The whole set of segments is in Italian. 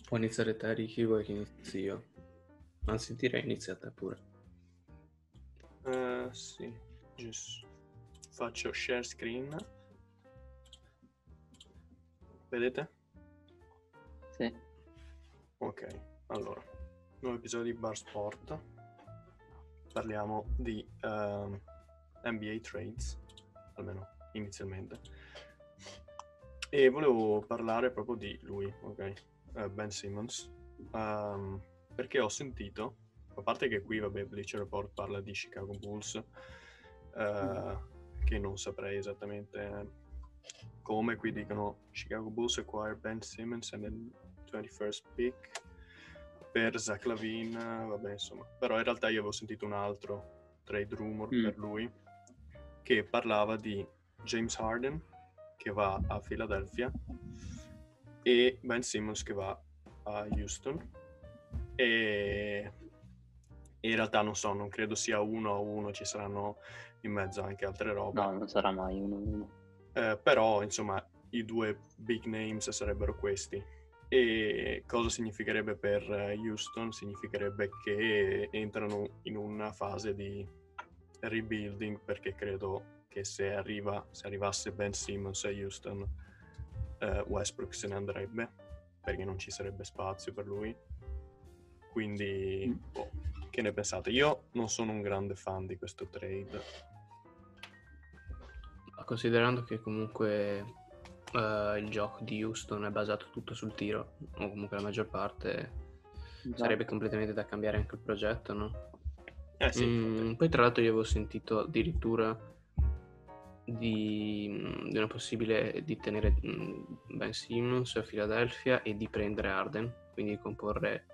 Puoi iniziare te, Ricky, vuoi che inizi io? Anzi, direi inizia te pure. Sì, giusto. Faccio share screen. Vedete? Sì. Ok, allora, nuovo episodio di Bar Sport. Parliamo di NBA trades, almeno inizialmente. E volevo parlare proprio di lui, ok? Ben Simmons. Perché ho sentito, a parte che qui, vabbè, Bleacher Report parla di Chicago Bulls, che non saprei esattamente come. Qui dicono Chicago Bulls acquire Ben Simmons and then 21st pick per Zach LaVine, vabbè, insomma. Però in realtà io avevo sentito un altro trade rumor per lui che parlava di James Harden che va a Philadelphia e Ben Simmons che va a Houston, e in realtà non so, non credo sia 1-1, ci saranno in mezzo anche altre robe. No, non sarà mai 1-1. Però insomma i due big names sarebbero questi. E cosa significherebbe per Houston? Significherebbe che entrano in una fase di rebuilding, perché credo che se arrivasse Ben Simmons a Houston, Westbrook se ne andrebbe, perché non ci sarebbe spazio per lui. Quindi che ne pensate? Io non sono un grande fan di questo trade, Considerando che comunque il gioco di Houston è basato tutto sul tiro, o comunque la maggior parte, sarebbe completamente da cambiare anche il progetto, no? sì. Poi tra l'altro io avevo sentito addirittura di una possibile di tenere Ben Simmons a Philadelphia e di prendere Harden, quindi comporre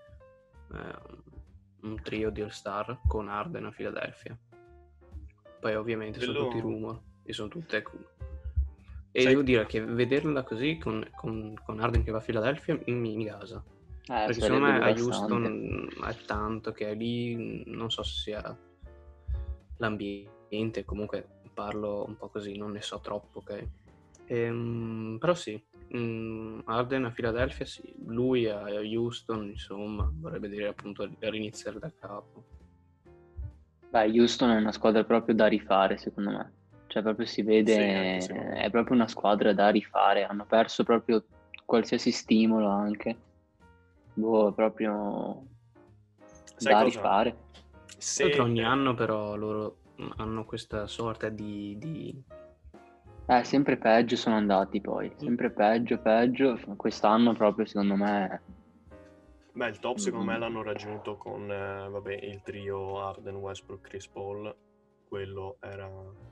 un trio di All-Star con Harden a Philadelphia. Poi ovviamente sono tutti rumor e sono tutte e devo dire che vederla così con Harden che va a Philadelphia mi gasa, perché secondo me a Houston è tanto che è lì, non so se sia l'ambiente, comunque parlo un po' così, non ne so troppo, ok? Però sì, Harden a Philadelphia sì, lui a Houston insomma vorrebbe dire appunto riniziare da capo. Beh, Houston è una squadra proprio da rifare, secondo me. Cioè proprio si vede, sì, è proprio una squadra da rifare. Hanno perso proprio qualsiasi stimolo anche. Proprio sai da cosa? rifare. Tra ogni anno però loro hanno questa sorta di sempre peggio sono andati poi, sempre peggio. Quest'anno proprio secondo me... Beh, il top secondo me l'hanno raggiunto con vabbè, il trio Harden, Westbrook, Chris Paul. Quello era...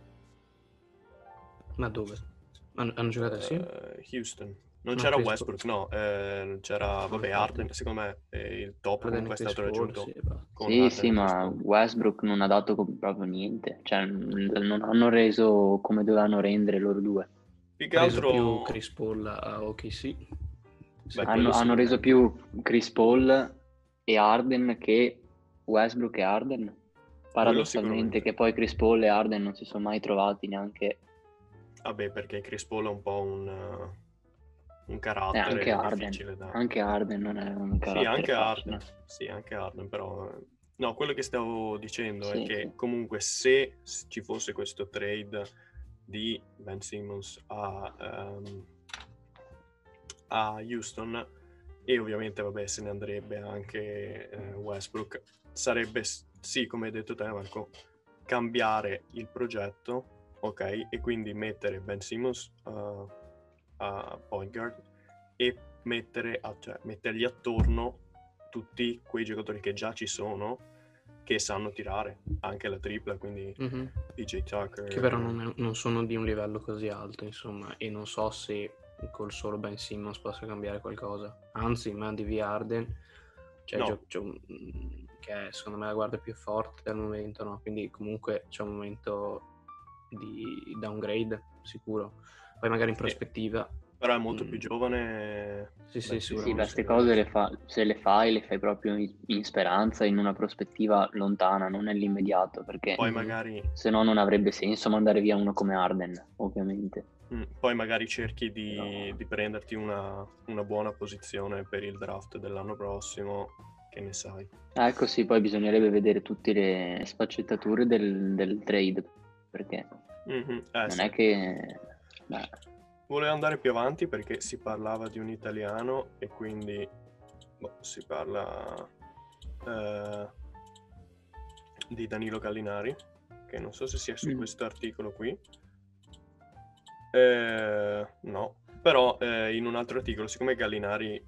Ma dove? Hanno giocato assieme? Houston. Non No, c'era Chris Westbrook, no, c'era, vabbè, Harden. Secondo me il top Harden comunque e è stato Chris Paul, raggiunto sì, con Harden Sì, e Chris ma Paul. Westbrook non ha dato proprio niente, cioè non hanno reso come dovevano rendere loro due. Più che preso altro... più Chris Paul a OKC. Beh, Hanno reso più Chris Paul e Harden che Westbrook e Harden, paradossalmente, che poi Chris Paul e Harden non si sono mai trovati neanche. Vabbè, perché Chris Paul è un po' un carattere difficile da... Anche Harden non è un carattere facile. Sì, anche Harden, però... No, quello che stavo dicendo è che Sì. comunque se ci fosse questo trade di Ben Simmons a Houston, e ovviamente vabbè se ne andrebbe anche Westbrook, sarebbe sì, come hai detto te Marco, cambiare il progetto, ok, e quindi mettere Ben Simmons a point guard e mettergli attorno tutti quei giocatori che già ci sono, che sanno tirare anche la tripla, quindi PJ Tucker, che però non sono di un livello così alto, insomma, e non so se col solo Ben Simmons possa cambiare qualcosa. Anzi, mandi via Harden, cioè no. che è secondo me la guardia più forte al momento, no? Quindi comunque c'è un momento di downgrade sicuro. Poi magari in prospettiva Però è molto più giovane. Sì, Sì, sicuramente. queste cose se le fai proprio in speranza, in una prospettiva lontana, non nell'immediato, perché Poi magari se no non avrebbe senso mandare via uno come Arden, ovviamente. poi magari cerchi di prenderti una buona posizione per il draft dell'anno prossimo, che ne sai. Ecco, sì, poi bisognerebbe vedere tutte le sfaccettature del trade, perché non Sì. è che... Volevo andare più avanti perché si parlava di un italiano e quindi si parla di Danilo Gallinari, che non so se sia su questo articolo qui. No, però in un altro articolo, siccome Gallinari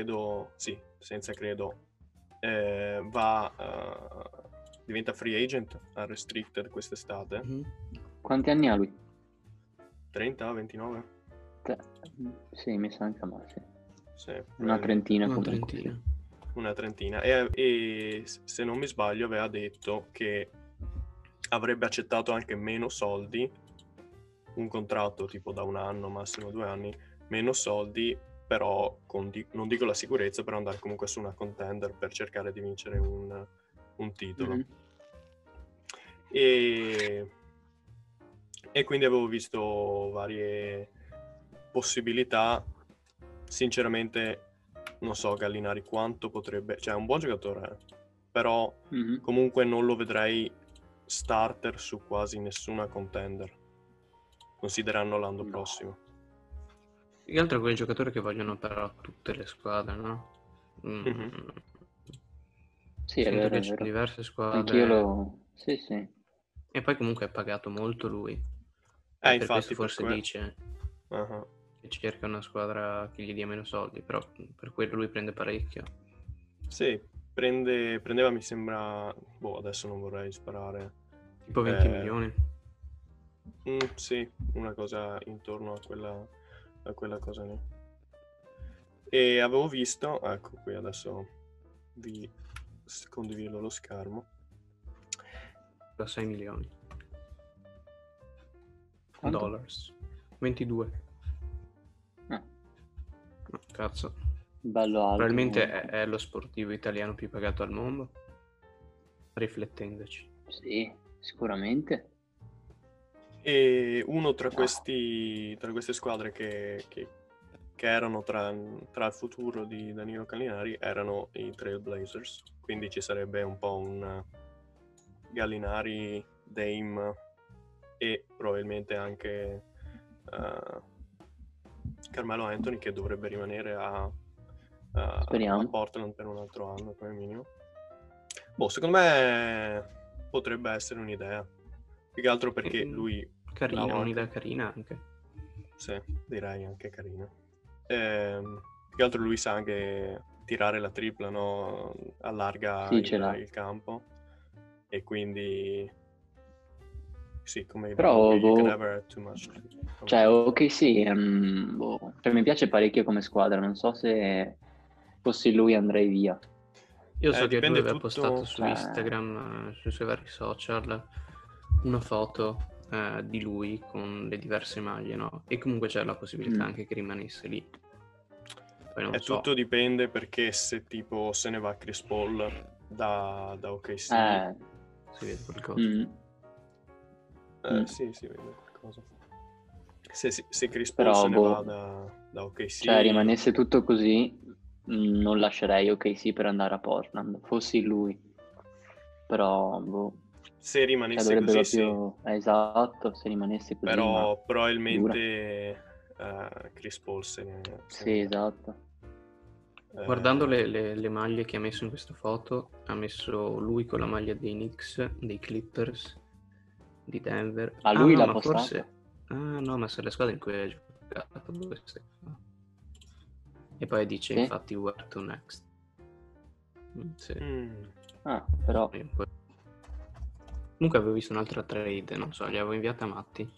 diventa free agent a restricted quest'estate. Quanti anni ha lui? 30, 29? Sì, mi sa anche a me, sì. Sì, Una trentina Una comunque. trentina. Sì. Una trentina. E se non mi sbaglio aveva detto che avrebbe accettato anche meno soldi, un contratto tipo da 1 anno, massimo 2 anni, meno soldi, però non dico la sicurezza, però andare comunque su una contender per cercare di vincere un titolo. E quindi avevo visto varie possibilità. Sinceramente non so Gallinari quanto potrebbe, cioè è un buon giocatore, però comunque non lo vedrei starter su quasi nessuna contender, considerando l'anno prossimo. Più che altro quei giocatori che vogliono però tutte le squadre, no? Sì, Sento è che vero, c'è è vero. diverse squadre. Anch'io sì. E poi comunque è pagato molto lui. Infatti, per questo forse dice che cerca una squadra che gli dia meno soldi, però per quello lui prende parecchio. Sì, prendeva mi sembra, adesso non vorrei sparare. Tipo 20 milioni. Sì, una cosa intorno a quella cosa lì. E avevo visto, ecco qui adesso vi condivido lo schermo. Da 6 milioni. Quanto? Dollars. 22. No, cazzo. Bello alto. Probabilmente è lo sportivo italiano più pagato al mondo. Riflettendoci. Sì, sicuramente. E uno tra queste squadre che erano tra il futuro di Danilo Gallinari erano i Trailblazers, quindi ci sarebbe un po' un Gallinari, Dame e probabilmente anche Carmelo Anthony, che dovrebbe rimanere a Portland per un altro anno come minimo. Secondo me potrebbe essere un'idea, più che altro perché lui carina, un'idea carina anche. Sì, direi anche carina. Più che altro lui sa anche tirare la tripla, no? Allarga il campo e quindi sì, come però you can never have too much. Cioè, ok, sì, cioè, mi piace parecchio come squadra, non so se fossi lui andrei via. Io so che lui aveva postato su Instagram, sui suoi vari social, una foto di lui con le diverse maglie, no? E comunque c'è la possibilità anche che rimanesse lì. Poi non so. Tutto dipende, perché se tipo se ne va Chris Paul da OKC si vede qualcosa. Sì, si vede qualcosa. Se Chris Paul se ne va da OKC, cioè rimanesse tutto così, non lascerei OKC per andare a Portland, fossi lui. Però se rimanesse così esatto, se rimanesse così, però probabilmente Chris Paul se ne esatto. Guardando le maglie che ha messo in questa foto, ha messo lui con la maglia dei Knicks, dei Clippers, di Denver. Lui l'ha ma postata? forse no, ma sono le squadre in cui ha giocato queste qua. E poi dice infatti where to next. Sì. Però comunque avevo visto un'altra trade, non so, gli avevo inviata a Matti,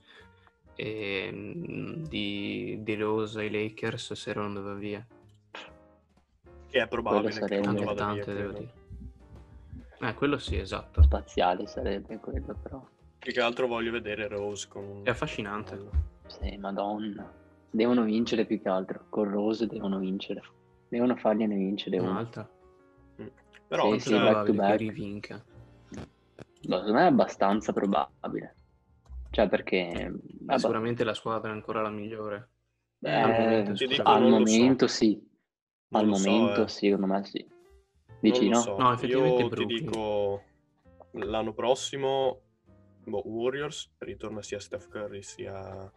di Rose ai Lakers se non andava via. Che è probabile che non vada via, devo dire. Quello sì, esatto. Spaziale sarebbe quello, però. Più che altro voglio vedere Rose con... È affascinante. Sì, madonna. Devono vincere più che altro. Con Rose devono vincere. Devono fargliene vincere una. Un'altra. Però Sì, Quanto sì, è back to probabile che back. rivinca? Secondo me è abbastanza probabile. Cioè, perché Beh, sicuramente la squadra è ancora la migliore. Al momento, Ti dico, scusami. al non lo so. momento sì. Non Al lo so, momento secondo me sì. non Dici lo no? so. No, effettivamente Io ti Brooklyn. dico l'anno prossimo Warriors, ritorna sia Steph Curry sia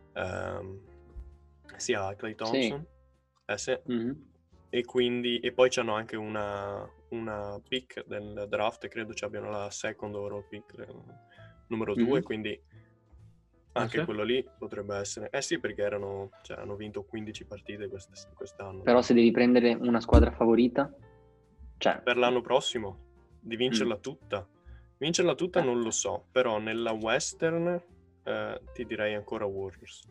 Klay Thompson. Sì. Mhm. E quindi e poi c'hanno anche una pick del draft, credo ci abbiano la second overall pick numero 2, Mhm. quindi Ah, anche sì? quello lì potrebbe essere. Sì, perché hanno vinto 15 partite quest'anno. Però se devi prendere una squadra favorita, cioè, Per l'anno prossimo, di vincerla tutta. Vincerla tutta non lo so, però nella Western ti direi ancora Warriors.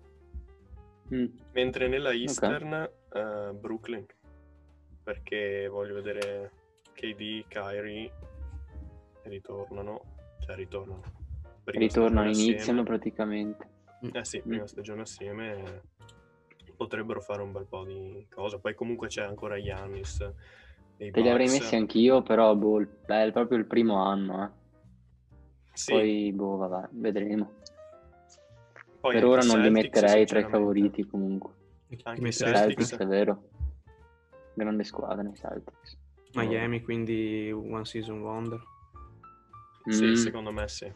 Mentre nella Eastern Brooklyn, perché voglio vedere KD, Kyrie ritornano. Prima ritornano, stagione iniziano assieme. praticamente. Sì, prima stagione assieme potrebbero fare un bel po' di cose. Poi comunque c'è ancora Giannis e i Te li avrei Bucks. messi anch'io, però è proprio il primo anno. Sì, Poi, vabbè, vedremo. poi Per anche ora i non li Celtics, metterei tra i sinceramente. favoriti comunque. Anche i Chi I metteresti Celtics te? è vero. Grande squadra i Celtics. Miami, quindi One Season Wonder. Sì, secondo me sì.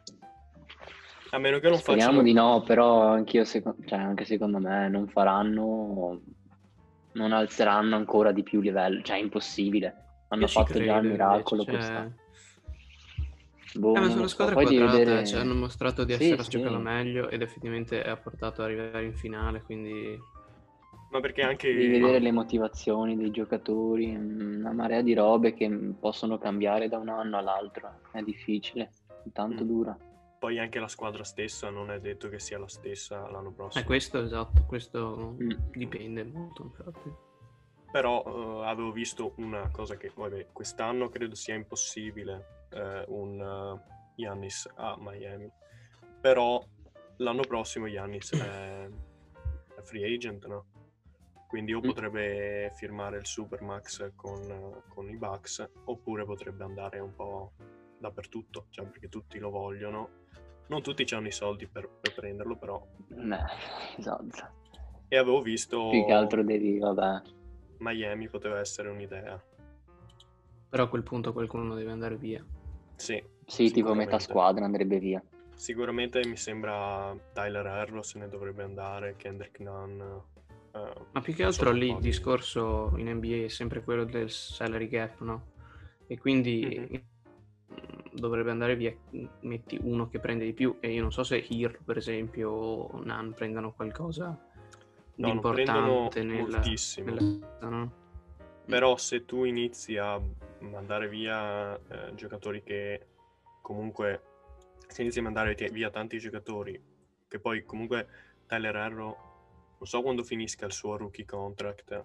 A meno che non Speriamo facciano. di no, però anch'io anche secondo me non faranno, non alzeranno ancora di più livello, cioè è impossibile. Hanno Io ci fatto già il credo invece, miracolo cioè... quest'anno. Boh, ma non sono lo una so. squadra Poi devi quadrata, cioè, hanno vedere. mostrato di Sì, essere giocata sì. meglio ed effettivamente ha portato ad arrivare in finale, quindi... Ma perché Devi anche. vedere le motivazioni dei giocatori, una marea di robe che possono cambiare da un anno all'altro. È difficile, tanto dura. Poi anche la squadra stessa non è detto che sia la stessa l'anno prossimo. Questo, esatto, questo dipende molto, infatti. Però avevo visto una cosa che, vabbè, quest'anno credo sia impossibile un Giannis a Miami. Però l'anno prossimo Giannis è free agent, no? Quindi o potrebbe firmare il Supermax con i Bucks, oppure potrebbe andare un po' dappertutto, cioè perché tutti lo vogliono. Non tutti hanno i soldi per prenderlo, però. Esatto. E avevo visto Più che altro devi, vabbè. Miami poteva essere un'idea. Però a quel punto qualcuno deve andare via. Sì, Tipo metà squadra andrebbe via. Sicuramente mi sembra Tyler Herro se ne dovrebbe andare, Kendrick Nunn. Ma più che altro lì il discorso in NBA è sempre quello del salary gap, no? E quindi dovrebbe andare via, metti uno che prende di più, e io non so se Hero per esempio o Nunn prendano qualcosa di importante moltissimo. no? Però se tu inizi a mandare via giocatori che comunque, se inizi a mandare via tanti giocatori, che poi comunque Tyler Herro non so quando finisca il suo rookie contract,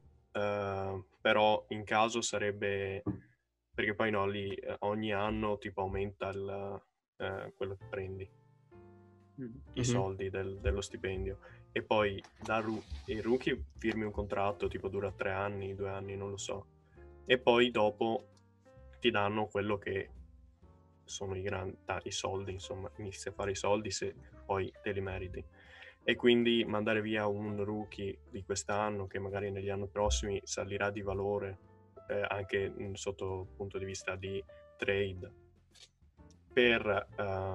però in caso sarebbe, perché poi no, lì ogni anno tipo aumenta quello che prendi, i soldi dello stipendio, e poi il rookie firmi un contratto tipo dura 3 anni, 2 anni, non lo so, e poi dopo ti danno quello che sono i soldi, insomma, inizi a fare i soldi se poi te li meriti. E quindi mandare via un rookie di quest'anno che magari negli anni prossimi salirà di valore anche sotto il punto di vista di trade per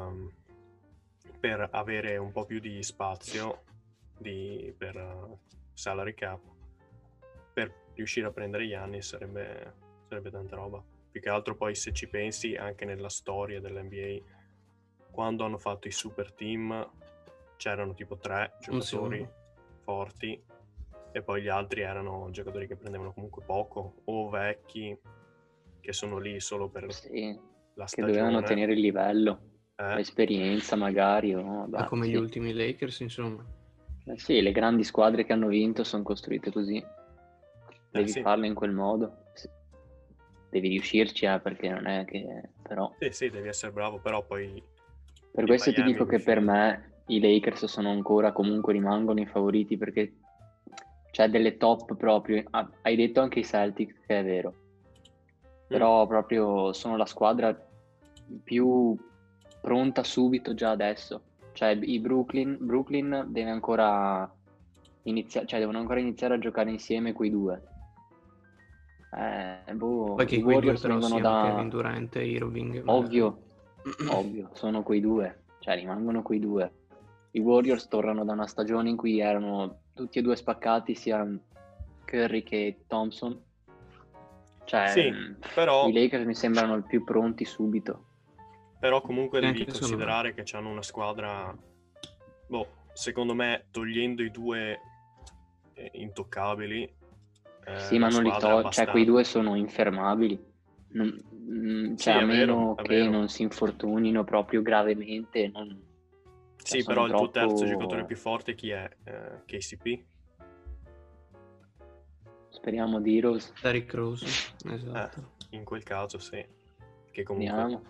avere un po' più di spazio per salary cap, per riuscire a prendere Giannis sarebbe tanta roba. Più che altro poi se ci pensi anche nella storia dell'NBA, quando hanno fatto i super team c'erano tipo 3 giocatori forti e poi gli altri erano giocatori che prendevano comunque poco o vecchi che sono lì solo per la stagione, che dovevano tenere il livello, l'esperienza magari come gli ultimi Lakers, insomma. Sì, le grandi squadre che hanno vinto sono costruite così, devi farle in quel modo, devi riuscirci perché non è che però sì, devi essere bravo, però poi per questo ti dico che per me i Lakers sono ancora, comunque rimangono i favoriti perché c'è delle top proprio. Hai detto anche i Celtics, che è vero, però proprio sono la squadra più pronta subito già adesso. Cioè i Brooklyn deve ancora devono ancora iniziare a giocare insieme quei due. Poi che I quei due Warriors però vengono siano Kevin da... Durant e Irving, magari. Ovvio, sono quei due, cioè rimangono quei due. I Warriors tornano da una stagione in cui erano tutti e due spaccati, sia Curry che Thompson. Cioè, Sì, però, i Lakers mi sembrano i più pronti subito. però comunque devi Anche secondo me. considerare che hanno una squadra, secondo me, togliendo i due intoccabili, Sì, la ma non li squadra è cioè abbastanza... quei due sono infermabili. Sì, Cioè, a è meno vero, è che vero. non si infortunino proprio gravemente, Sì, sono però il tuo terzo giocatore troppo... più forte chi è? KCP? Speriamo di Heroes. Derrick Rose, esatto. In quel caso sì, che comunque... Vediamo.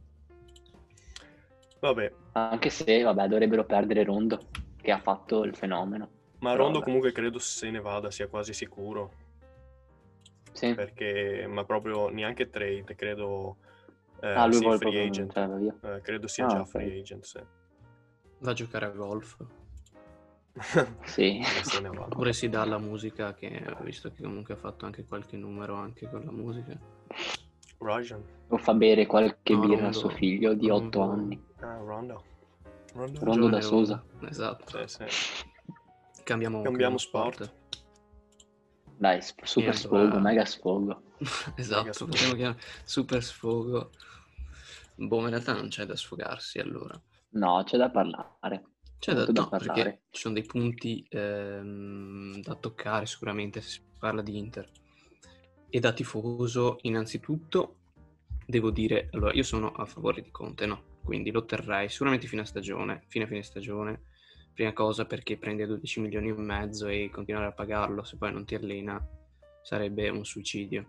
Vabbè, Anche se, vabbè, dovrebbero perdere Rondo, che ha fatto il fenomeno. ma Però, Rondo vabbè. comunque credo se ne vada, sia quasi sicuro, Sì. perché, ma proprio neanche trade, credo Lui sì, vuole free proprio agent, cioè, va via. credo sia già Ok. free agent, sì. Va a giocare a golf. Sì. E se ne va. Oppure si dà alla musica, che ho visto che comunque ha fatto anche qualche numero anche con la musica. Rajan. O fa bere qualche No, birra a suo figlio di 8 Rondo, anni. Rondo. Rondo da giovane Sosa. Rondo, esatto. Sì. Cambiamo sport. Dai, super sfogo, mega sfogo. Esatto, possiamo chiamare super sfogo. Boh, in realtà non c'è da sfogarsi allora. No, c'è da parlare. C'è Molto da no, parlare. perché ci sono dei punti da toccare sicuramente se si parla di Inter. E da tifoso, innanzitutto, devo dire, allora, io sono a favore di Conte, no? Quindi lo terrei sicuramente fine fine stagione. Prima cosa perché prende 12 milioni e mezzo e continuare a pagarlo se poi non ti allena sarebbe un suicidio.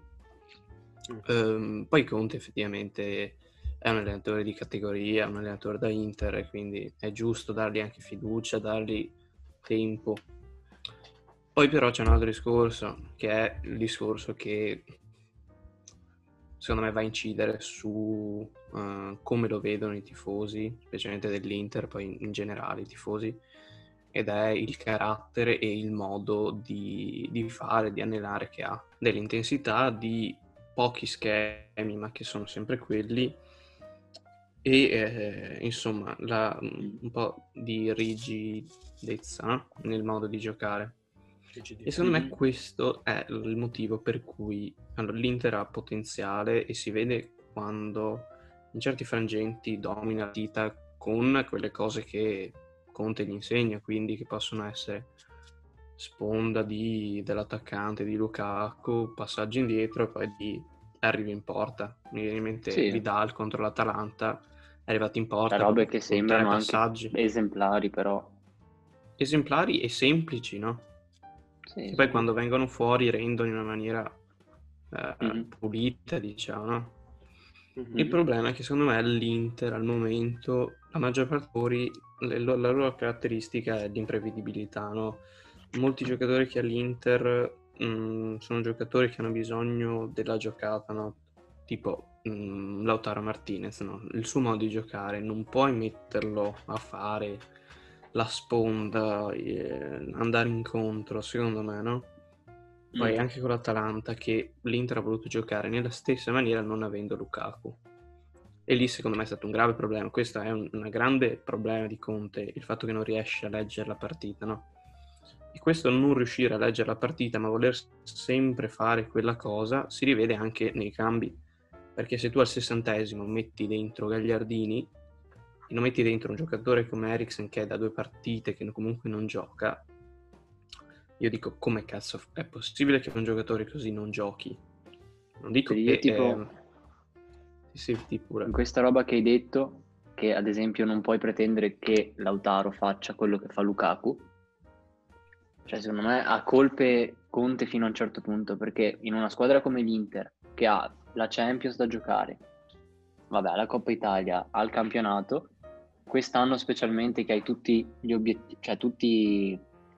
Poi Conte effettivamente è un allenatore di categoria, un allenatore da Inter, quindi è giusto dargli anche fiducia, dargli tempo. Poi però c'è un altro discorso, che è il discorso che secondo me va a incidere su come lo vedono i tifosi, specialmente dell'Inter, poi in generale i tifosi, ed è il carattere e il modo di fare, di allenare che ha, dell'intensità, di pochi schemi, ma che sono sempre quelli, e insomma un po' di rigidezza nel modo di giocare. E secondo me questo è il motivo per cui l'Inter ha potenziale e si vede quando in certi frangenti domina la partita con quelle cose che Conte gli insegna, quindi che possono essere sponda dell'attaccante di Lukaku, passaggio indietro e poi arrivi in porta. Mi viene in mente Vidal contro l'Atalanta, è arrivato in porta robe che con sembrano 3 passaggi. Anche esemplari, però esemplari e semplici, no? Sì, che poi quando vengono fuori rendono in una maniera Mhm. pulita, diciamo, no? Mhm. Il problema è che secondo me l'Inter al momento, la maggior parte la loro caratteristica è l'imprevedibilità, no? Molti giocatori che all'Inter sono giocatori che hanno bisogno della giocata, no? Tipo Lautaro Martinez, no? Il suo modo di giocare non puoi metterlo a fare la sponda, andare incontro, secondo me, no? Poi anche con l'Atalanta, che l'Inter ha voluto giocare nella stessa maniera non avendo Lukaku. E lì secondo me è stato un grave problema. Questo è un grande problema di Conte, il fatto che non riesce a leggere la partita, no? E questo non riuscire a leggere la partita, ma voler sempre fare quella cosa, si rivede anche nei cambi. Perché se tu al 60esimo metti dentro Gagliardini e non metti dentro un giocatore come Eriksen che è da 2 partite che comunque non gioca, io dico come cazzo è possibile che un giocatore così non giochi? Non dico io che tipo sì, pure. in questa roba che hai detto, che ad esempio non puoi pretendere che Lautaro faccia quello che fa Lukaku, cioè secondo me ha colpe Conte fino a un certo punto, perché in una squadra come l'Inter, che ha la Champions da giocare, vabbè, la Coppa Italia, ha il campionato, quest'anno specialmente che hai tutti gli obiettivi, cioè tutti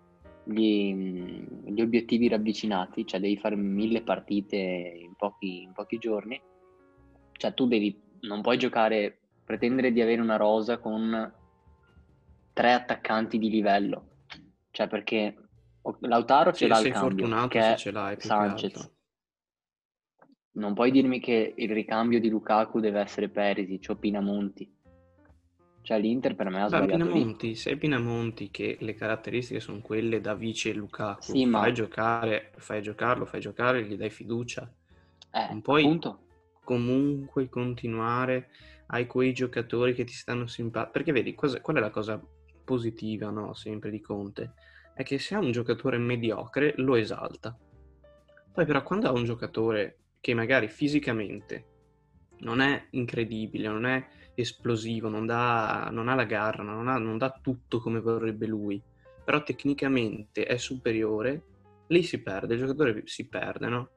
gli obiettivi ravvicinati, cioè devi fare 1000 partite in pochi giorni, cioè tu non puoi pretendere di avere una rosa con 3 attaccanti di livello, cioè perché Lautaro ce l'ha al sei cambio, fortunato che se è ce l'hai più che Sanchez. altro. Non puoi dirmi che il ricambio di Lukaku deve essere Perisic o Pinamonti. Cioè l'Inter per me ha sbagliato lì. Se è Pinamonti che le caratteristiche sono quelle da vice Lukaku, Sì, ma fai giocare, gli dai fiducia. Non puoi appunto. comunque continuare, hai quei giocatori che ti stanno simpatici. Perché vedi, qual è la cosa positiva, no? Sempre di Conte? È che se ha un giocatore mediocre lo esalta. Poi però quando ha un giocatore che magari fisicamente non è incredibile, non è esplosivo, non ha la garra, non dà tutto come vorrebbe lui, però tecnicamente è superiore, lì si perde, il giocatore si perde, no?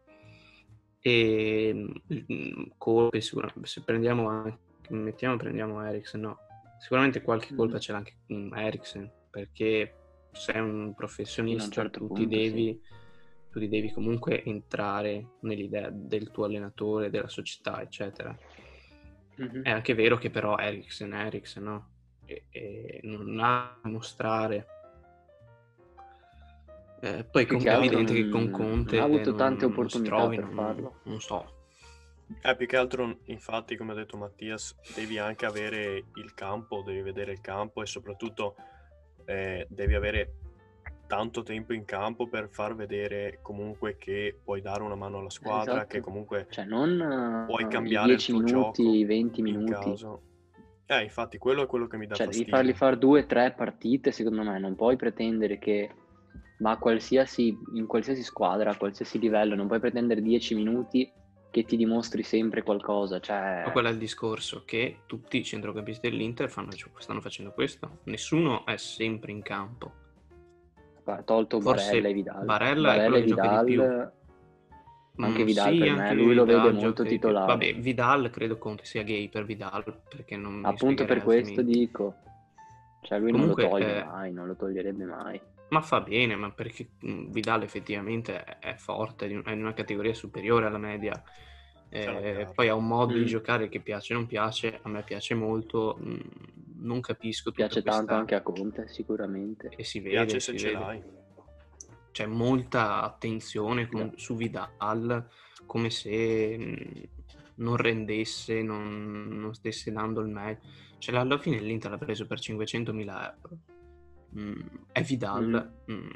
E colpe sicuramente, se prendiamo Eriksen, no, sicuramente qualche colpa ce l'ha anche Eriksen, perché sei un Fino a professionista, un certo punto, sì. tu devi comunque entrare nell'idea del tuo allenatore, della società, eccetera. Mm-hmm. È anche vero che però Eriksen, no? E non ha da mostrare. Poi Più che è altro evidente che con non Conte ha avuto tante non si opportunità trovi, per farlo. non so. Più che altro, infatti, come ha detto Mattias, devi anche avere il campo, devi vedere il campo e soprattutto devi avere tanto tempo in campo per far vedere comunque che puoi dare una mano alla squadra, Esatto. che comunque cioè non puoi i cambiare il 10 tuo minuti, gioco i 20 in minuti. caso. Infatti, quello è quello che mi dà Cioè devi fastidio. farli fare 2, 3 partite, secondo me. Non puoi pretendere che, ma in qualsiasi squadra, a qualsiasi livello, non puoi pretendere 10 minuti che ti dimostri sempre qualcosa. Ma Cioè, quello è il discorso, che tutti i centrocampisti dell'Inter stanno facendo questo. Nessuno è sempre in campo. tolto Barella e Forse Vidal. Barella è Barella quello e che gioca di più. Vidal, anche Vidal Sì, per me, anche lui lo vede Vidal molto gioca di più. titolare. Vabbè, Vidal credo Conte sia gay per Vidal, perché non mi Appunto spiegherei per questo altrimenti. dico, cioè lui non lo Comunque, toglie mai, non lo toglierebbe mai. ma fa bene, ma perché Vidal effettivamente è forte, è in una categoria superiore alla media. Poi ha un modo di giocare che piace o non piace, a me piace molto, non capisco tutta Piace tanto questa... anche a Conte, sicuramente. E si Piace vede, se si ce vede. l'hai. C'è molta attenzione No. su Vidal, come se non rendesse, non stesse dando il meglio. Cioè, alla fine l'Inter l'ha preso per 500.000 euro. È Vidal.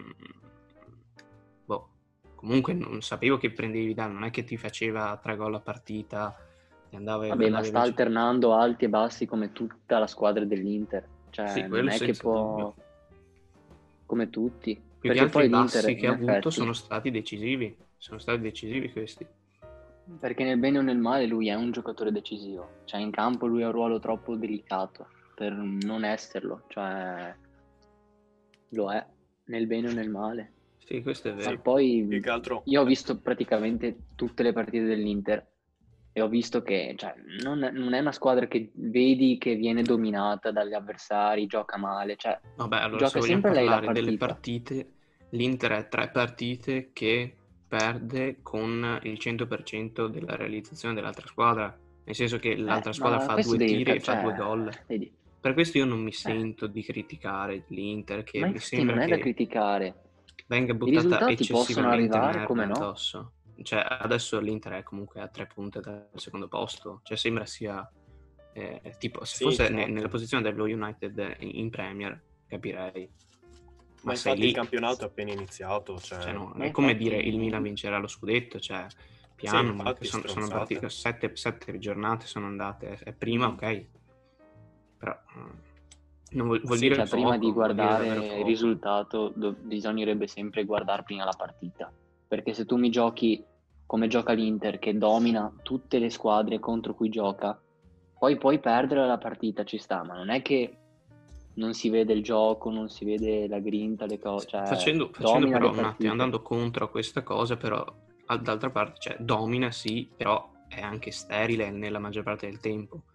Boh. Comunque non sapevo che prendevi Vidal, non è che ti faceva 3 gol a partita, ti andava Vabbè, ma a sta vincere. alternando alti e bassi come tutta la squadra dell'Inter. Cioè, Sì, non quello è che senza può... dubbio. come tutti. Più che Perché altro i poi l'Inter, bassi che in ha avuto effetti, sono stati decisivi. Sono stati decisivi questi. perché nel bene o nel male lui è un giocatore decisivo. Cioè, in campo lui ha un ruolo troppo delicato per non esserlo. Cioè, lo è, nel bene o nel male. Sì, questo è Ma vero. poi Più che altro io ho visto praticamente tutte le partite dell'Inter e ho visto che cioè, non è una squadra che vedi che viene dominata dagli avversari, gioca male, cioè Vabbè, allora se gioca vogliamo sempre lei la parlare delle partita. partite, l'Inter è 3 partite che perde con il 100% della realizzazione dell'altra squadra, nel senso che l'altra squadra Ma fa questo 2 devi, tiri e fa 2 cioè, gol. vedi, Per questo io non mi sento di criticare l'Inter, che ma mi infatti non sembra è da che criticare. venga I buttata risultati possono eccessivamente arrivare, merda come no? addosso. Cioè, adesso l'Inter è comunque a 3 punti dal secondo posto, cioè sembra sia tipo, se sì, fosse infatti. nella posizione dello United in Premier, capirei. Ma Ma sei infatti il lì, campionato è appena iniziato, cioè no, Ma è come dire infatti, il Milan vincerà lo scudetto, cioè sì, piano, infatti sono stronzate. partite, 7 giornate sono andate, è prima, ok, però non vuol Sì, dire cioè, prima di poco, vuol dire davvero guardare il poco. risultato bisognerebbe sempre guardare prima la partita, perché se tu mi giochi come gioca l'Inter, che domina tutte le squadre contro cui gioca, poi puoi perdere la partita, ci sta, ma non è che non si vede il gioco, non si vede la grinta, le cose, cioè Facendo domina però le un attimo, partite. andando contro a questa cosa, però d'altra parte, cioè domina sì, però è anche sterile nella maggior parte del tempo,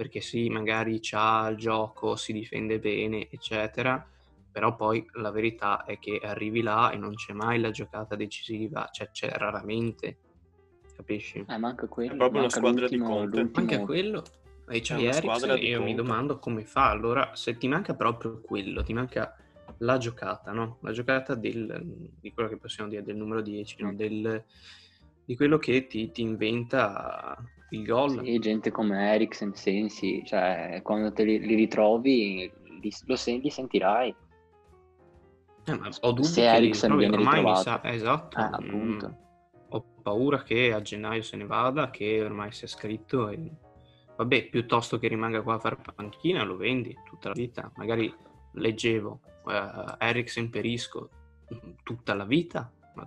perché sì, magari c'ha il gioco, si difende bene, eccetera, però poi la verità è che arrivi là e non c'è mai la giocata decisiva, cioè c'è raramente, capisci? Manca È quello, proprio una manca squadra di Conte. Anche quello, e È c'hai una Eriksen, squadra e di io mi Conte. domando come fa. Allora, se ti manca proprio quello, ti manca la giocata, no? La giocata di quello che possiamo dire del numero 10, no? Di quello che ti inventa il gol. Sì, gente come Eriksen, Sensi, cioè quando te li ritrovi li sentirai. Ma ho dubbi Se che li Eriksen ritrovi, viene ormai mi ritrovato. sa, esatto. Appunto. Ho paura che a gennaio se ne vada, che ormai sia scritto e vabbè, piuttosto che rimanga qua a fare panchina, lo vendi tutta la vita. Magari leggevo Eriksen per Isco tutta la vita,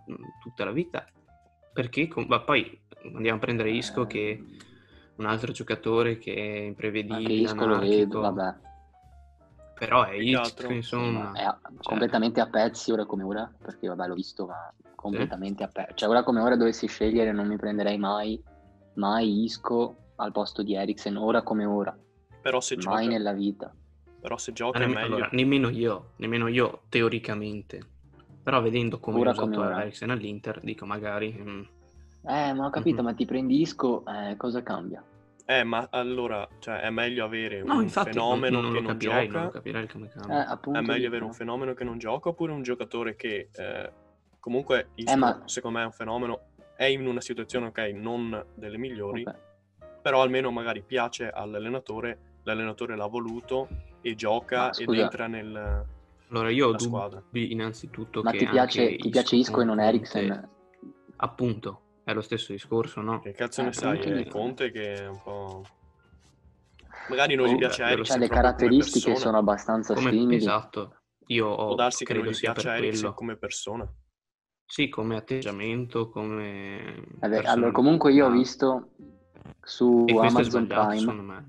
perché ma poi andiamo a prendere Isco, che è un altro giocatore che è Anche imprevedibile, Isco lo vedo, anarchico, vabbè. però è Più che Isco, altro, insomma. È Cioè, completamente a pezzi ora come ora, perché vabbè l'ho visto, ma completamente sì. a pezzi. Cioè ora come ora dovessi scegliere non mi prenderei mai Isco al posto di Eriksen, ora come ora. però se Mai gioca, nella vita. però se gioca è meglio. Allora, nemmeno io teoricamente, però vedendo come è Ora come usato ora. Eriksen all'Inter, dico magari... Ma ho capito, ma ti prendi Isco, cosa cambia? Ma allora, cioè, è meglio avere No, un infatti fenomeno non che non non capirei gioca. come cambia. Appunto È meglio dico, avere un no? fenomeno che non gioca oppure un giocatore che comunque Isco, Ma secondo me è un fenomeno, è in una situazione, ok, non delle migliori, ok. però almeno magari piace all'allenatore, l'allenatore l'ha voluto e gioca Ma ed scusa, entra nella Allora, io ho squadra. dubbi innanzitutto ma che ti anche piace Isco e con non Conte, Eriksen? appunto, è lo stesso discorso, no? Che cazzo ne sai, Appunto è dico. Conte che è un po'... Magari non gli piace Dello Cioè Eriksen le proprio come caratteristiche persona. sono abbastanza Come simili. esatto, io Può darsi che non credo gli sia per piaccia Eriksen quello. come persona. Sì, come atteggiamento, come Allora, comunque io ho personalità. visto su E questo è Amazon sbagliato, Prime, secondo me.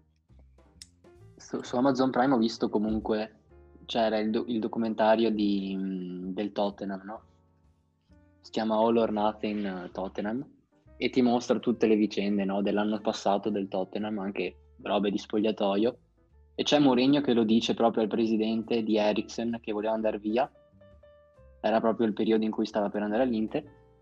su Amazon Prime ho visto comunque, c'era il documentario del Tottenham, no? Si chiama All or Nothing Tottenham e ti mostra tutte le vicende, no, dell'anno passato del Tottenham, anche robe di spogliatoio. E c'è Mourinho che lo dice proprio al presidente di Eriksen che voleva andare via. Era proprio il periodo in cui stava per andare all'Inter.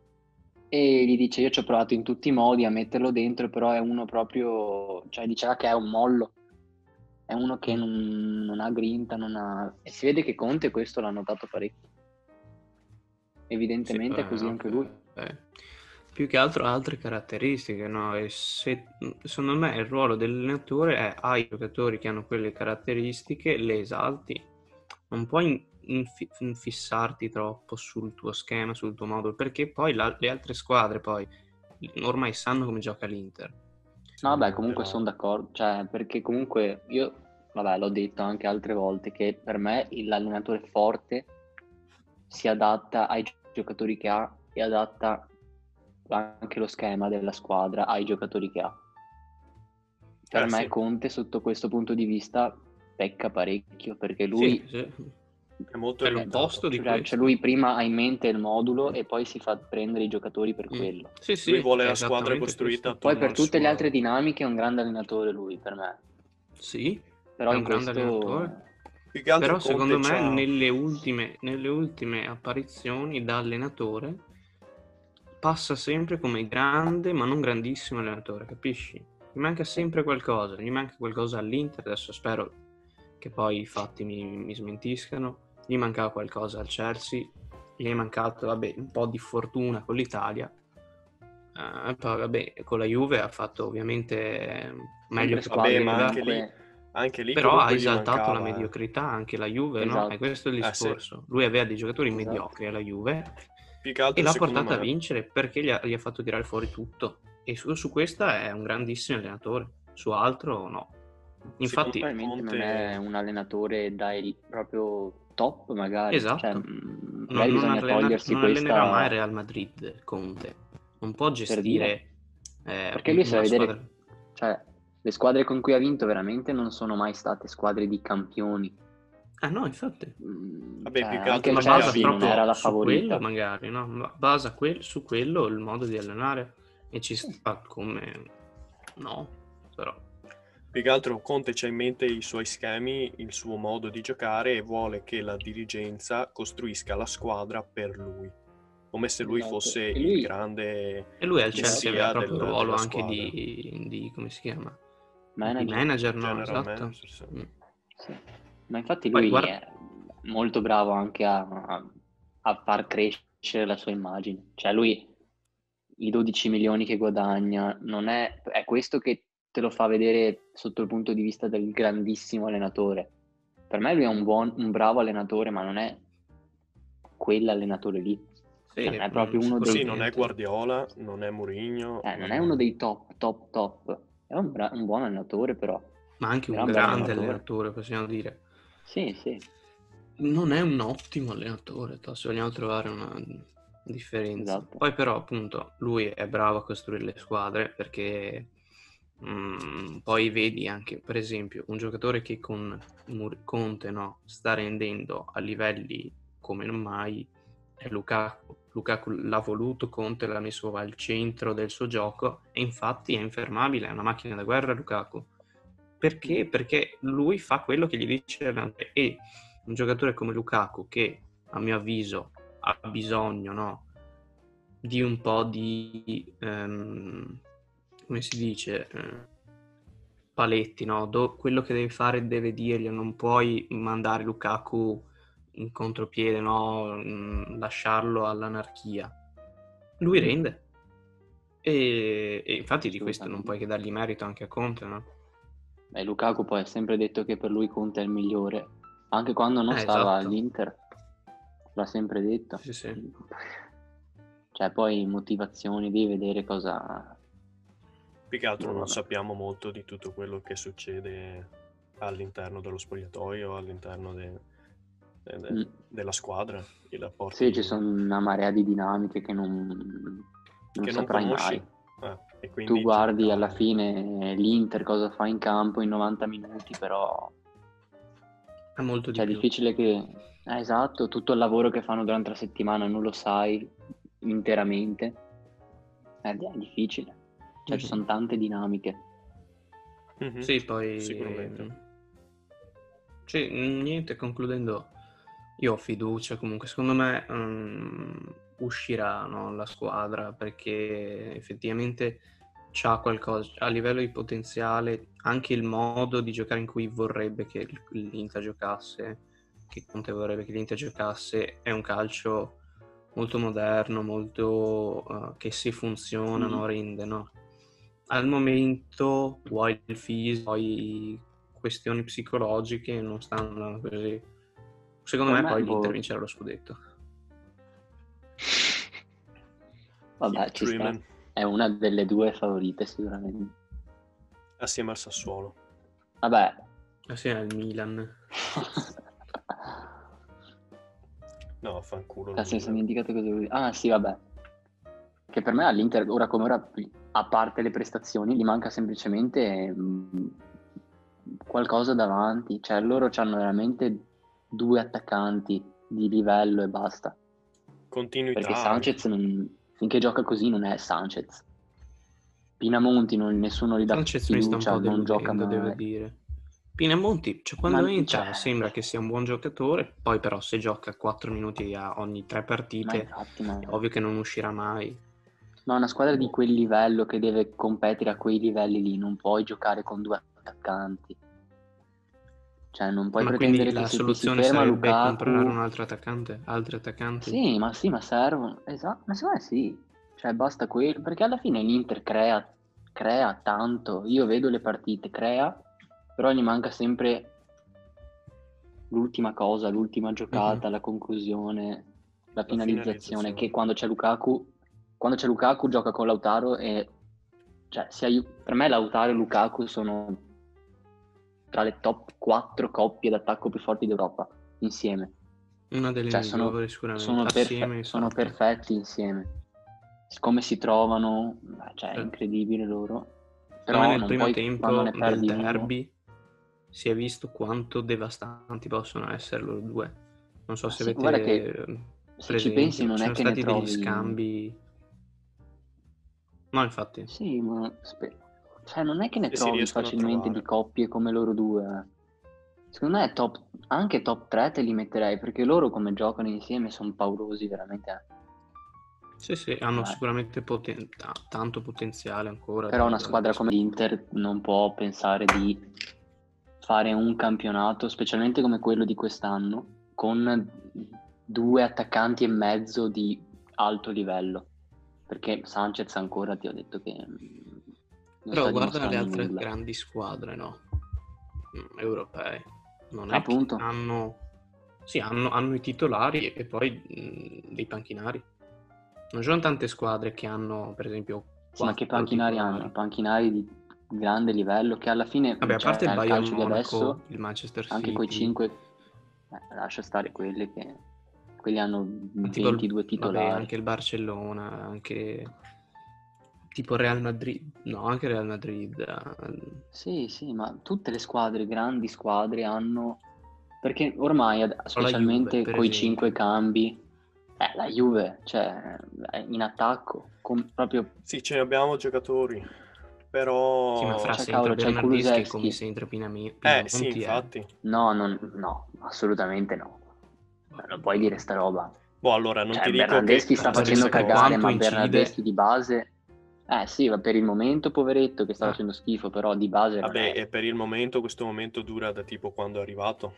E gli dice: io ci ho provato in tutti i modi a metterlo dentro, però è uno proprio, cioè diceva che è un mollo, è uno che non ha grinta, non ha... E si vede che Conte questo l'ha notato parecchio. Evidentemente è così anche lui. Più che altro altre caratteristiche, no? E secondo me il ruolo dell'allenatore è: hai i giocatori che hanno quelle caratteristiche, le esalti, non puoi infissarti troppo sul tuo schema, sul tuo modo, perché poi le altre squadre poi ormai sanno come gioca l'Inter. No, vabbè, comunque sono d'accordo, cioè perché comunque io, vabbè, l'ho detto anche altre volte, che per me l'allenatore forte si adatta ai giocatori che ha e adatta anche lo schema della squadra ai giocatori che ha. Per me Sì. Conte sotto questo punto di vista pecca parecchio, perché lui sì. È molto è l'opposto di questo. cioè lui prima ha in mente il modulo e poi si fa prendere i giocatori per quello. Sì, Lui vuole è la squadra esattamente costruita questo. Poi attorno per al tutte le suo... altre dinamiche è un grande allenatore lui, per me. Sì, Però è in un grande questo... allenatore. Più che altro Però secondo Conte me c'ha... nelle ultime apparizioni da allenatore passa sempre come grande ma non grandissimo allenatore, capisci? Gli manca sempre qualcosa, gli manca qualcosa all'Inter, adesso spero che poi i fatti mi smentiscano, gli mancava qualcosa al Chelsea, gli è mancato vabbè un po' di fortuna con l'Italia, poi vabbè con la Juve ha fatto ovviamente meglio che squadre Vabbè, ma comunque... anche lì però ha comunque gli esaltato la mancava. mediocrità anche la Juve, no? Esatto. E questo è il Sì. discorso. Lui aveva dei giocatori Esatto. mediocri alla Juve Più che e altro l'ha secondo portata a me... vincere perché gli ha fatto tirare fuori tutto. E su questa è un grandissimo allenatore, su altro no. Infatti, Probabilmente non Conte... è un allenatore proprio top magari, cioè esatto, magari bisogna togliersi non allenerà mai questa Real Madrid, Conte. Non può per dire. gestire Perché lui se una vai a vedere, squadra. cioè le squadre con cui ha vinto veramente non sono mai state squadre di campioni. Ah no, infatti. Vabbè, Cioè, più che anche altro il Ma perché ha basa Chelsea non vinto. era la proprio su quello favorita. magari, no? Basa su quello il modo di allenare e ci sta come... No, però... Più che altro Conte c'ha in mente i suoi schemi, il suo modo di giocare e vuole che la dirigenza costruisca la squadra per lui, come se lui Esatto. fosse E il lui, grande E lui al Chelsea aveva messia proprio il ruolo della anche squadra. di come si chiama? Di manager. manager, no? General Esatto. manager, sì. Sì. Ma infatti Poi lui guarda, è molto bravo anche a far crescere la sua immagine. Cioè lui, i 12 milioni che guadagna, non è questo che te lo fa vedere sotto il punto di vista del grandissimo allenatore. Per me lui è un bravo allenatore, ma non è quell'allenatore lì. sì, Cioè, non è proprio uno dei... Così non è sicuramente. Guardiola, non è Mourinho, non è uno dei top. È un buon allenatore, però. Ma anche un Gran bel grande allenatore, possiamo dire. Sì. Non è un ottimo allenatore, se vogliamo trovare una differenza. Esatto. Poi però, appunto, lui è bravo a costruire le squadre perché poi vedi anche, per esempio, un giocatore che con Conte sta rendendo a livelli come non mai è Lukaku. Lukaku l'ha voluto, Conte l'ha messo al centro del suo gioco e infatti è infermabile, è una macchina da guerra Lukaku. Perché? Perché lui fa quello che gli dice l'allenatore. E un giocatore come Lukaku, che a mio avviso ha bisogno di un po' di come si dice, paletti, quello che devi fare deve dirglielo, non puoi mandare Lukaku in contropiede, lasciarlo all'anarchia. Lui rende e infatti di questo non puoi che dargli merito anche a Conte, no? Lukaku poi ha sempre detto che per lui Conte è il migliore, anche quando non stava Esatto. all'Inter, l'ha sempre detto. Sì. Cioè poi motivazioni, devi vedere cosa... Più che altro non sappiamo molto di tutto quello che succede all'interno dello spogliatoio, all'interno della squadra, i rapporti Sì, ci sono una marea di dinamiche che non saprai conosci. mai. E quindi Tu guardi giocare... alla fine l'Inter cosa fa in campo in 90 minuti, però È molto di cioè, è più. difficile che... esatto, tutto il lavoro che fanno durante la settimana non lo sai interamente. È difficile. Cioè, ci sono tante dinamiche. Sì, poi... Sicuramente. Cioè, niente, concludendo, io ho fiducia, comunque, secondo me uscirà la squadra, perché effettivamente c'ha qualcosa, a livello di potenziale, anche il modo di giocare in cui vorrebbe che l'Inter giocasse, che Conte vorrebbe che l'Inter giocasse, è un calcio molto moderno, molto che se funziona rende, no? Al momento vuoi il fisico, vuoi questioni psicologiche, non stanno così. Secondo me poi l'Inter vincerà lo scudetto. Vabbè, ci sta. È una delle due favorite sicuramente. Assieme al Sassuolo. Vabbè. Assieme al Milan. No, fanculo. Cazzo, mi sono dimenticato cosa volevo dire. Ah, sì, vabbè. Che per me all'Inter, ora come ora, a parte le prestazioni, gli manca semplicemente qualcosa davanti. Cioè, loro hanno veramente due attaccanti di livello e basta. Continuità. Perché Sanchez, finché gioca così, non è Sanchez. Pinamonti, nessuno gli dà Sanchez fiducia, non gioca mai. Devo dire. Pinamonti, quando entra sembra che sia un buon giocatore, poi però se gioca 4 minuti ogni 3 partite, è ovvio che non uscirà mai. Ma una squadra di quel livello che deve competere a quei livelli lì, non puoi giocare con due attaccanti. Cioè non puoi pretendere che se ti si ferma Lukaku... comprare un altro attaccante, altri attaccanti. Sì, ma servono, esatto, ma secondo me sì. Cioè basta quello, perché alla fine l'Inter crea tanto. Io vedo le partite, crea, però gli manca sempre l'ultima cosa, l'ultima giocata, la conclusione, la finalizzazione, che quando c'è Lukaku gioca con Lautaro e cioè per me Lautaro e Lukaku sono tra le top 4 coppie d'attacco più forti d'Europa insieme. Una delle migliori sicuramente. Sono perfetti insieme. Come si trovano, cioè è incredibile loro. Però nel primo tempo del derby si è visto quanto devastanti possono essere loro due. Non so se avete che se ci pensi non è che stati degli scambi. No, infatti. Sì, ma aspetta. Cioè, non è che ne E si trovi riescono a facilmente di trovare. coppie come loro due. Secondo me anche top 3 te li metterei, perché loro come giocano insieme sono paurosi veramente. Sì, hanno Eh. sicuramente tanto potenziale ancora Però una da squadra come l'Inter non può pensare di fare un campionato, specialmente come quello di quest'anno, con 2 attaccanti e mezzo di alto livello. Perché Sanchez ancora ti ho detto che non Però sta guarda le dimostrando altre nulla. grandi squadre, no? Europee. Non è che Appunto. hanno... Sì, hanno i titolari e poi dei panchinari. Non ci sono tante squadre che hanno, per esempio, Sì, ma che 4 panchinari hanno? titolari. Panchinari di grande livello che alla fine, Vabbè, a cioè parte il al Bayern calcio di Monaco, adesso, il Manchester anche coi City, 5, lascia stare quelli hanno tipo 22 vabbè, titolari. anche il Barcellona, anche tipo Real Madrid, no, anche Real Madrid. Sì, ma tutte le squadre, grandi squadre, hanno... Perché ormai, O la Juve, specialmente per coi 5 esempio. cambi, la Juve, cioè, è in attacco, proprio... Sì, ce ne abbiamo giocatori, Sì, ma fra però... Cioè, se entra cavolo, c'hai Bernardeschi è come Kulusevski. se entra Sì, Pinamonti, infatti. No, assolutamente no. Non puoi dire sta roba. Boh, allora, non Cioè, ti dico che Bernardeschi sta la facendo stessa per cosa. cagare, quanto ma incide, Bernardeschi di base... sì, ma per il momento, poveretto, che sta ah, facendo schifo, però di base non Vabbè, è... e per il momento, questo momento dura da tipo quando è arrivato.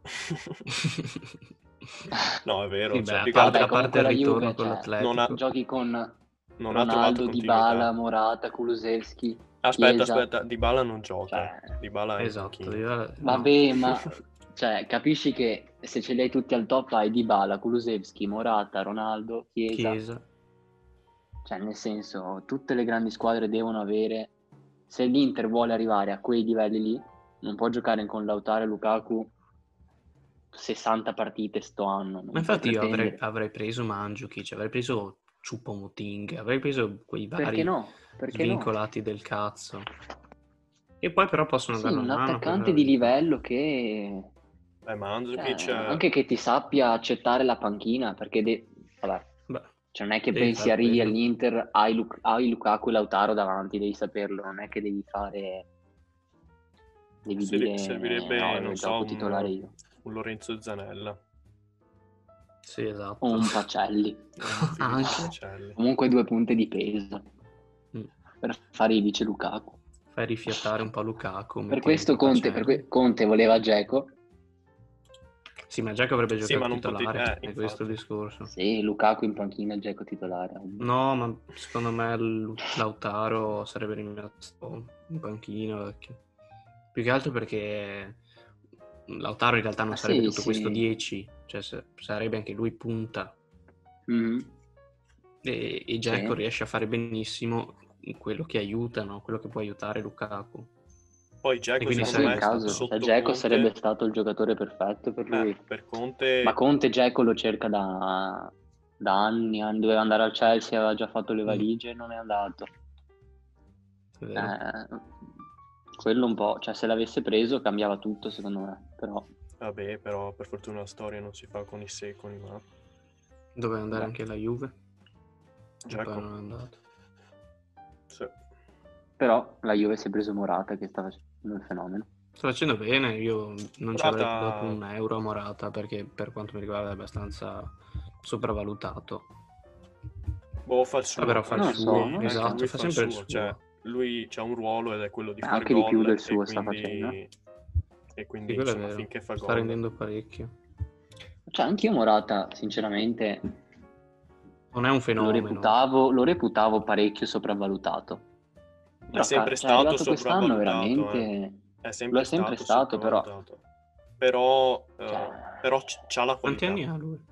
No, è vero, sì, beh, cioè, a più che parte, Vabbè, altro a parte comunque il la ritorno Juve, con cioè, non ha, l'Atletico. giochi con non ha trovato Ronaldo, continuità. Dybala, Morata, Kulusevski, Chiesa, Aspetta, Dybala non gioca. cioè, Dybala è in Esatto, panchina. no. vabbè, ma cioè, capisci che se ce li hai tutti al top hai Dybala, Kulusevski, Morata, Ronaldo, Chiesa, Chiesa. cioè, nel senso, tutte le grandi squadre devono avere, se l'Inter vuole arrivare a quei livelli lì, non può giocare con Lautaro e Lukaku 60 partite sto anno, Ma non puoi infatti io avrei, pretendere. avrei preso Mandzukic, avrei preso Choupo-Moting, avrei preso quei Perché vari no? Perché no? svincolati del cazzo. E poi però possono Sì, dare una un mano, quella è attaccante la di verità. livello che, cioè, Mandzukic, anche che ti sappia accettare la panchina, perché vabbè, Beh, cioè non è che devi pensi far arrivi quello. all'Inter, hai Lukaku e Lautaro davanti, devi saperlo, non è che devi dire servirebbe, no, non so, gioco titolare io. un Lorenzo Zanella Sì, O esatto. un Pacelli, o un Filippo Anche. Pacelli. comunque 2 punte di peso Mm. per fare i vice Lukaku. Fai rifiatare un po' Lukaku, Per metti questo dentro Pacelli. Conte voleva Dzeko. Sì, ma Dzeko avrebbe Sì, ma giocato non potevi... titolare, è questo il infatti. discorso. Sì, Lukaku in panchina, Dzeko titolare. No, ma secondo me Lautaro sarebbe rimasto in panchina. Più che altro perché Lautaro in realtà non sarebbe Sì, tutto questo sì. 10, cioè sarebbe anche lui punta. Mhm. E Dzeko Sì. riesce a fare benissimo quello che aiuta, no? Quello che può aiutare Lukaku. Poi E Dzeko quindi Sì, secondo in me caso, sarebbe cioè sotto Dzeko sarebbe Conte, stato il giocatore perfetto per lui. per Ma Conte, Conte Dzeko lo cerca da anni, doveva andare al Chelsea, aveva già fatto le Mm, valigie e non è andato. è vero. Quello un po', cioè se l'avesse preso cambiava tutto secondo me, però vabbè, però per fortuna la storia non si fa con i se e con i ma. Doveva andare beh, anche la Juve e poi Dzeko, non è andato. sì. però la Juve si è preso Morata che sta facendo il fenomeno. Sta facendo bene, io non ci avrei dato Morata, un euro a Morata perché per quanto mi riguarda è abbastanza sopravvalutato. boh, fa il Però suo, fa il Non lo so, suo, non lo anche so. esatto, lui fa fa il sempre il suo, cioè suo. lui c'ha un ruolo ed è quello di far Anche di più gol del suo sta facendo. e Sì, quindi quello è insomma vero, finché fa sta gol. rendendo parecchio. Cioè anch'io Morata, sinceramente, Non è un fenomeno. lo reputavo parecchio sopravvalutato. È Però sempre cioè, è stato arrivato quest'anno sopravvalutato, veramente... È Lo è sempre sempre stato stato, però... sopravvalutato. Però, Cioè, però c'ha la Quanti qualità. anni ha lui?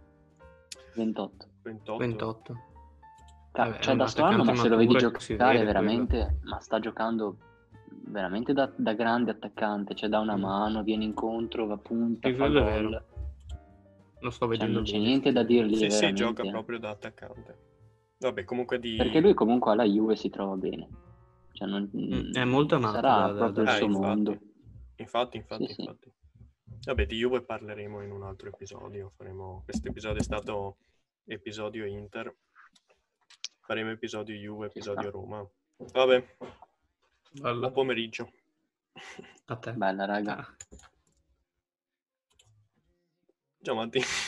28. 28. 28. Vabbè, è Cioè un da sto anno, attaccante ma se lo vedi maturo e si giocare vede quello. veramente... Ma sta giocando veramente da grande attaccante. Cioè da una Mm. mano, viene incontro, va punta, Sì, fa quello è vero. gol. Lo sto Cioè vedendo non c'è bene niente da effettivamente. dirgli Sì, gioca veramente. proprio da attaccante. Vabbè, comunque Perché lui comunque alla Juve si trova bene. Cioè È molto amato sarà proprio il suo infatti. mondo. Infatti. Sì. Vabbè, di Juve parleremo in un altro episodio. Questo episodio è stato episodio Inter. Faremo episodio Juve, Ci sta. episodio Roma. Vabbè. Bello. Buon pomeriggio. A te. Bella, raga. Ah. Ciao Matti.